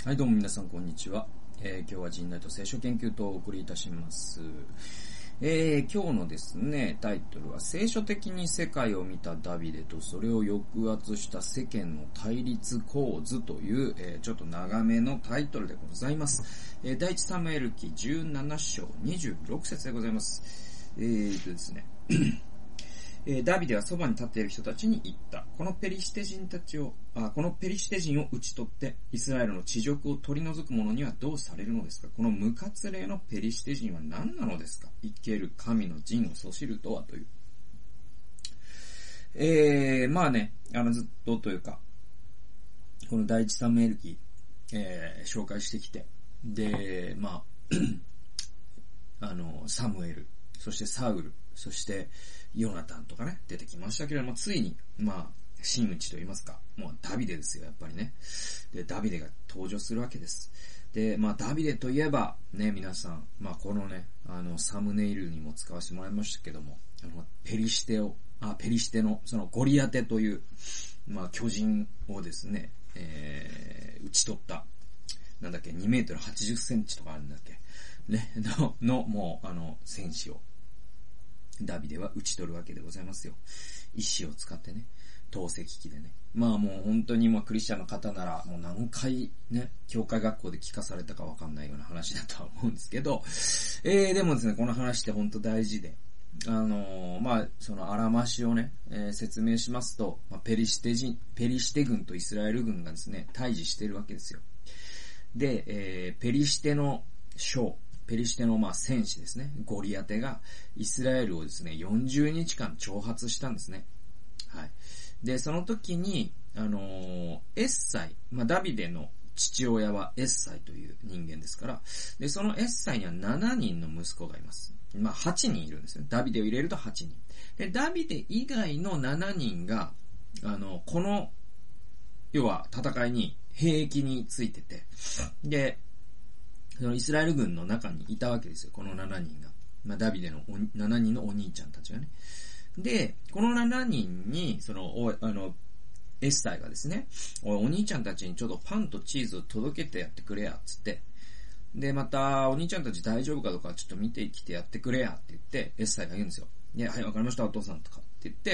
はい、どうも皆さんこんにちは。今日は陣内と聖書研究とお送りいたします。今日のですね、タイトルは聖書的に世界を見たダビデとそれを抑圧した世間の対立構図という、ちょっと長めのタイトルでございます。第一サムエル記17章26節でございます。ですね。ダビデはそばに立っている人たちに言った。このペリシテ人を討ち取って、イスラエルの恥辱を取り除く者にはどうされるのですか？この無活霊のペリシテ人は何なのですか？生ける神の陣をそしるとはという。まあね、ずっとというか、この第一サムエル記、紹介してきて、で、まあ、サムエル、そしてサウル、そしてヨナタンとかね、出てきましたけれども、ついに、まあ、真打ちと言いますか、もうダビデですよ、やっぱりね。で、ダビデが登場するわけです。で、まあ、ダビデといえば、ね、皆さん、まあ、このね、サムネイルにも使わせてもらいましたけども、ペリシテの、そのゴリアテという、まあ、巨人をですね、撃ち取った、なんだっけ、2メートル80センチとかあるんだっけ、ね、もう、戦士を、ダビデは討ち取るわけでございますよ。石を使ってね、投石機でね。まあもう本当にクリスチャンの方ならもう何回ね、教会学校で聞かされたかわかんないような話だとは思うんですけど、でもですね、この話って本当大事で、まあそのあらましをね、説明しますと、ペリシテ軍とイスラエル軍がですね、対峙しているわけですよ。で、ペリシテの戦士ですね、ゴリアテがイスラエルをですね、40日間挑発したんですね。はい。で、その時に、エッサイ、ダビデの父親はエッサイという人間ですから、で、そのエッサイには7人の息子がいます。8人いるんですよ。ダビデを入れると8人。で、ダビデ以外の7人が、この、要は戦いに兵役についてて、で、そのイスラエル軍の中にいたわけですよ、この7人が。ダビデの7人のお兄ちゃんたちがね。で、この7人に、エッサイがですね、お兄ちゃんたちにちょっとパンとチーズを届けてやってくれや、つって。で、また、お兄ちゃんたち大丈夫かどうかちょっと見てきてやってくれや、って言って、エッサイが言うんですよ。で、はい、わかりました、お父さんとかって言って、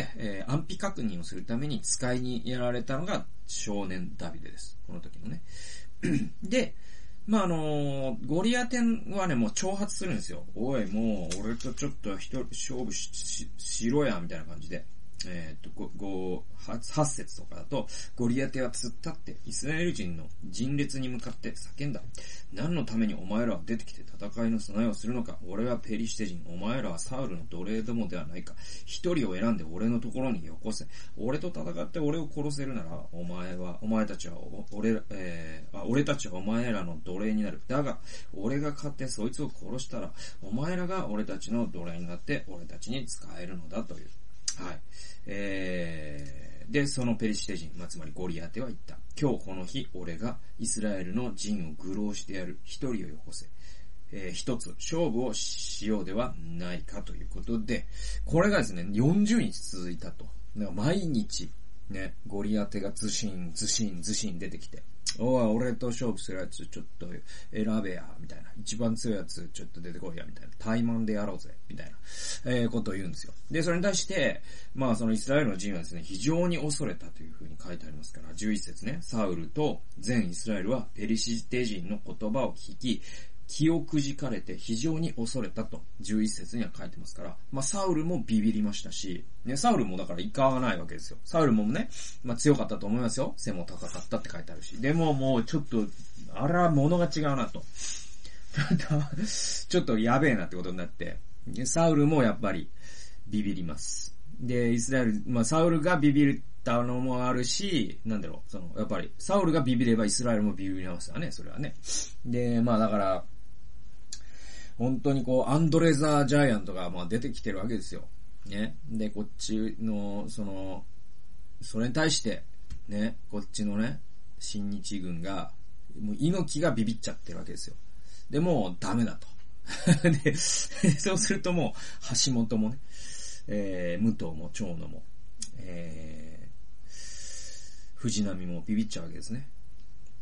安否確認をするために使いにやられたのが少年ダビデです。この時のね。で、ゴリアテはね、もう挑発するんですよ。おい、もう、俺とちょっと勝負しろや、みたいな感じで。8節とかだと、ゴリアテは突っ立って、イスラエル人の陣列に向かって叫んだ。何のためにお前らは出てきて戦いの備えをするのか。俺はペリシテ人、お前らはサウルの奴隷どもではないか。一人を選んで俺のところによこせ。俺と戦って俺を殺せるなら、俺たちはお前らの奴隷になる。だが、俺が勝ってそいつを殺したら、お前らが俺たちの奴隷になって俺たちに使えるのだという。はい。で、そのペリシテ人、つまりゴリアテは言った。今日この日、俺がイスラエルの陣を愚弄してやる。一人をよこせ。一つ、勝負をしようではないかということで、これがですね、40日続いたと。毎日、ね、ゴリアテがズシン出てきて、おい、俺と勝負するやつちょっと選べや、みたいな。一番強いやつちょっと出てこいや、みたいな。怠慢でやろうぜ、みたいな、ことを言うんですよ。で、それに対して、そのイスラエルの陣はですね、非常に恐れたというふうに書いてありますから、11節ね、サウルと全イスラエルはペリシテ人の言葉を聞き、気をくじかれて非常に恐れたと11節には書いてますから、サウルもビビりましたし、ね、サウルもだからイカがないわけですよ。サウルもね、強かったと思いますよ。背も高かったって書いてあるし。でももうちょっと、あら、物が違うなと。ちょっとやべえなってことになって、サウルもやっぱりビビります。で、イスラエル、サウルがビビったのもあるし、やっぱり、サウルがビビればイスラエルもビビりますよね、それはね。で、だから、本当にアンドレザージャイアントが出てきてるわけですよ。ね。で、こっちの、それに対して、ね、こっちのね、新日軍が、もう猪木がビビっちゃってるわけですよ。で、もうダメだと。で、そうするともう、橋本もね、武藤も長野も、藤波もビビっちゃうわけですね。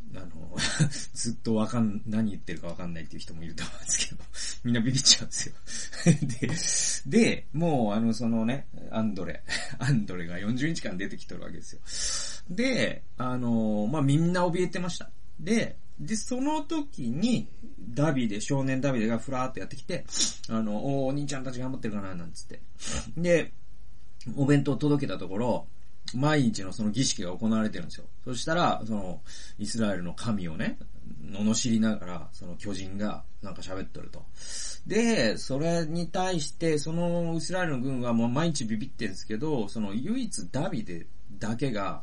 ずっと何言ってるかわかんないっていう人もいると思うんですけど、みんなビビっちゃうんですよ。で、もうそのね、アンドレが40日間出てきてるわけですよ。で、みんな怯えてました。で、その時に、少年ダビデがふらーっとやってきて、お兄ちゃんたち頑張ってるかな、なんつって。で、お弁当を届けたところ、毎日のその儀式が行われてるんですよ。そしたら、イスラエルの神をね、罵りながら、その巨人がなんか喋っとると。で、それに対して、そのイスラエルの軍はもう毎日ビビってるんですけど、その唯一ダビデだけが、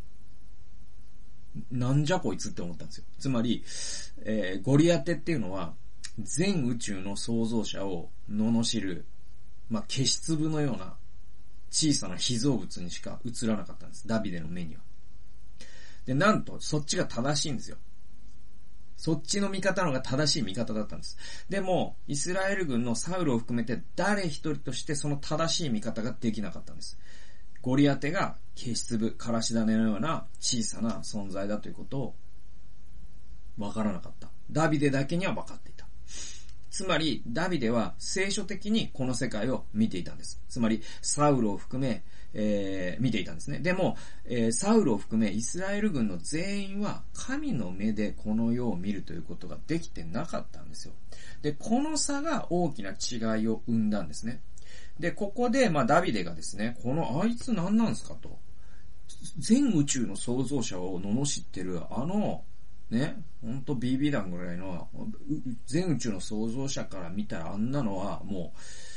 なんじゃこいつって思ったんですよ。つまり、ゴリアテっていうのは、全宇宙の創造者を罵る、消し粒のような小さな被造物にしか映らなかったんです。ダビデの目には。で、なんと、そっちが正しいんですよ。そっちの見方のが正しい見方だったんです。でも、イスラエル軍のサウルを含めて誰一人としてその正しい見方ができなかったんです。ゴリアテが消し粒、からし種のような小さな存在だということを分からなかった。ダビデだけには分かっていた。つまり、ダビデは聖書的にこの世界を見ていたんです。つまり、サウルを含め、見ていたんですね。でも、サウルを含めイスラエル軍の全員は神の目でこの世を見るということができてなかったんですよ。で、この差が大きな違いを生んだんですね。で、ここで、ダビデがですね、あいつ何なんすかと。全宇宙の創造者を罵ってる、ね、ほんと BB 弾ぐらいの、全宇宙の創造者から見たらあんなのは、も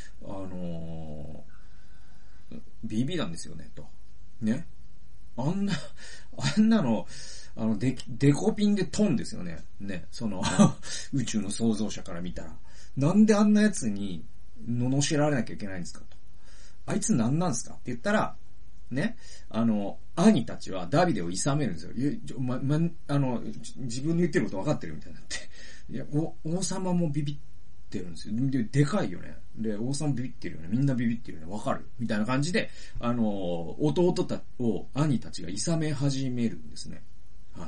う、BB 弾ですよね、と。ね。あんなの、デコピンでトンですよね。ね、宇宙の創造者から見たら。なんであんな奴に、罵られなきゃいけないんですかと。あいつ何なんですかって言ったら、ね、兄たちはダビデを諌めるんですよ。自分の言ってること分かってるみたいになって。いや、王様もビビってるんですよ。でかいよね。で、王様ビビってるよね。みんなビビってるよね。分かるみたいな感じで、兄たちが諌め始めるんですね。はい。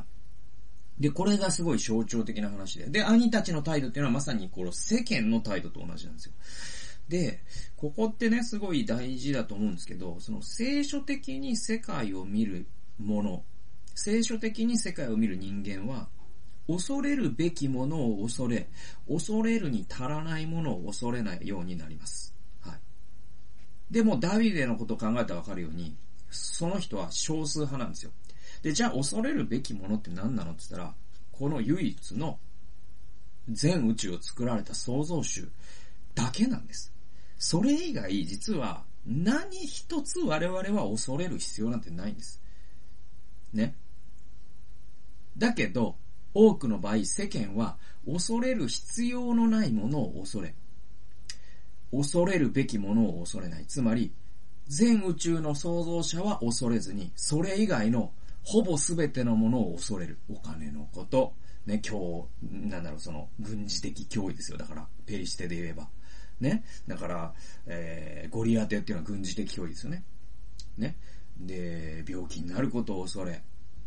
で、これがすごい象徴的な話で。で、兄たちの態度っていうのはまさに世間の態度と同じなんですよ。で、ここってね、すごい大事だと思うんですけど、その聖書的に世界を見るもの、聖書的に世界を見る人間は、恐れるべきものを恐れるに足らないものを恐れないようになります。はい。でも、ダビデのことを考えたらわかるように、その人は少数派なんですよ。で、じゃあ恐れるべきものって何なのって言ったら、この唯一の全宇宙を作られた創造主だけなんです。それ以外、実は何一つ我々は恐れる必要なんてないんです。ね。だけど、多くの場合、世間は恐れる必要のないものを恐れるべきものを恐れない。つまり、全宇宙の創造者は恐れずに、それ以外のほぼ全てのものを恐れる。お金のこと、ね、軍事的脅威ですよ。だから、ペリシテで言えば。ね。だから、ゴリアテっていうのは軍事的脅威ですよね。ね。で、病気になることを恐れ、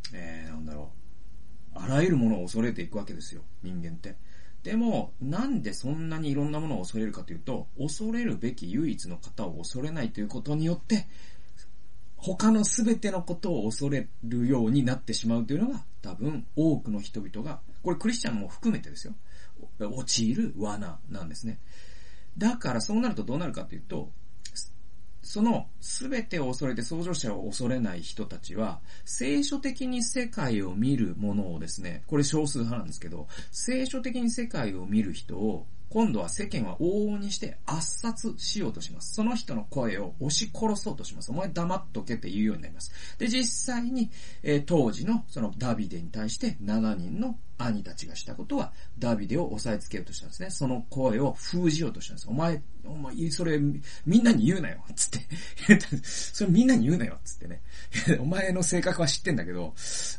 あらゆるものを恐れていくわけですよ。人間って。でも、なんでそんなにいろんなものを恐れるかというと、恐れるべき唯一の方を恐れないということによって、他のすべてのことを恐れるようになってしまうというのが、多分多くの人々が、これクリスチャンも含めてですよ。陥る罠なんですね。だからそうなるとどうなるかというと、その全てを恐れて創造者を恐れない人たちは、聖書的に世界を見るものをですね、これ少数派なんですけど、聖書的に世界を見る人を、今度は世間は往々にして圧殺しようとします。その人の声を押し殺そうとします。お前黙っとけって言うようになります。で、実際に、当時のそのダビデに対して7人の兄たちがしたことは、ダビデを押さえつけようとしたんですね。その声を封じようとしたんです。お前、それ、みんなに言うなよつって。それみんなに言うなよつってね。お前の性格は知ってんだけど、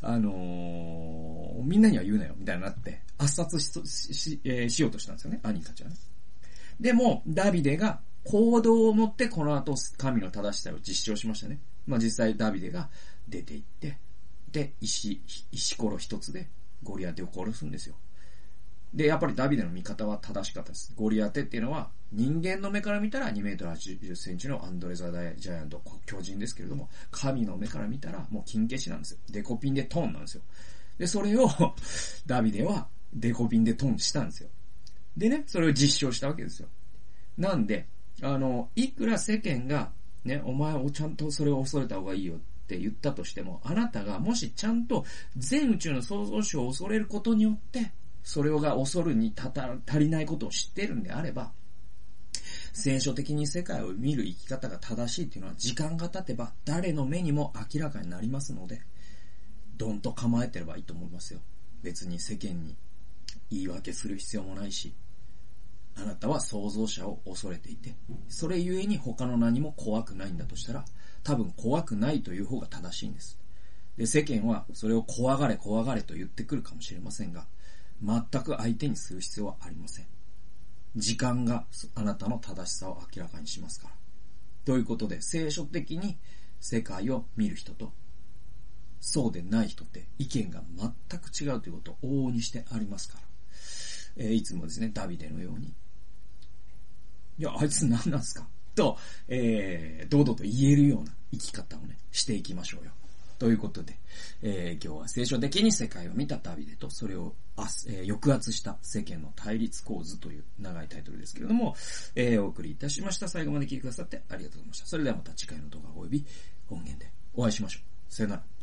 みんなには言うなよみたいになって、圧殺しようとしたんですよね。兄たちはね。でも、ダビデが行動を持ってこの後、神の正しさを実証しましたね。実際ダビデが出て行って、で、石ころ一つで、 ゴリアテを殺すんですよ。で、やっぱりダビデの見方は正しかったです。ゴリアテっていうのは、人間の目から見たら2メートル80センチのアンドレザ・ジャイアント、巨人ですけれども、神の目から見たらもう金消しなんですよ。デコピンでトンなんですよ。で、それを、ダビデはデコピンでトンしたんですよ。でね、それを実証したわけですよ。なんで、いくら世間が、ね、お前をちゃんとそれを恐れた方がいいよって言ったとしても、あなたがもしちゃんと全宇宙の創造主を恐れることによって、それが恐るに足りないことを知っているんであれば、聖書的に世界を見る生き方が正しいっていうのは時間が経てば誰の目にも明らかになりますので、どんと構えてればいいと思いますよ。別に世間に言い訳する必要もないし、あなたは創造者を恐れていて、それゆえに他の何も怖くないんだとしたら、多分怖くないという方が正しいんです。で、世間はそれを怖がれ怖がれと言ってくるかもしれませんが、全く相手にする必要はありません。時間があなたの正しさを明らかにしますから。ということで、聖書的に世界を見る人と、そうでない人って意見が全く違うということを往々にしてありますから。いつもですね、ダビデのように、いや、あいつ何なんすかと、堂々と言えるような生き方をね、していきましょうよ。ということで、今日は聖書的に世界を見たダビデと、それを抑圧した世間の対立構図という長いタイトルですけれども、お送りいたしました。最後まで聞いてくださってありがとうございました。それではまた次回の動画及び音源でお会いしましょう。さよなら。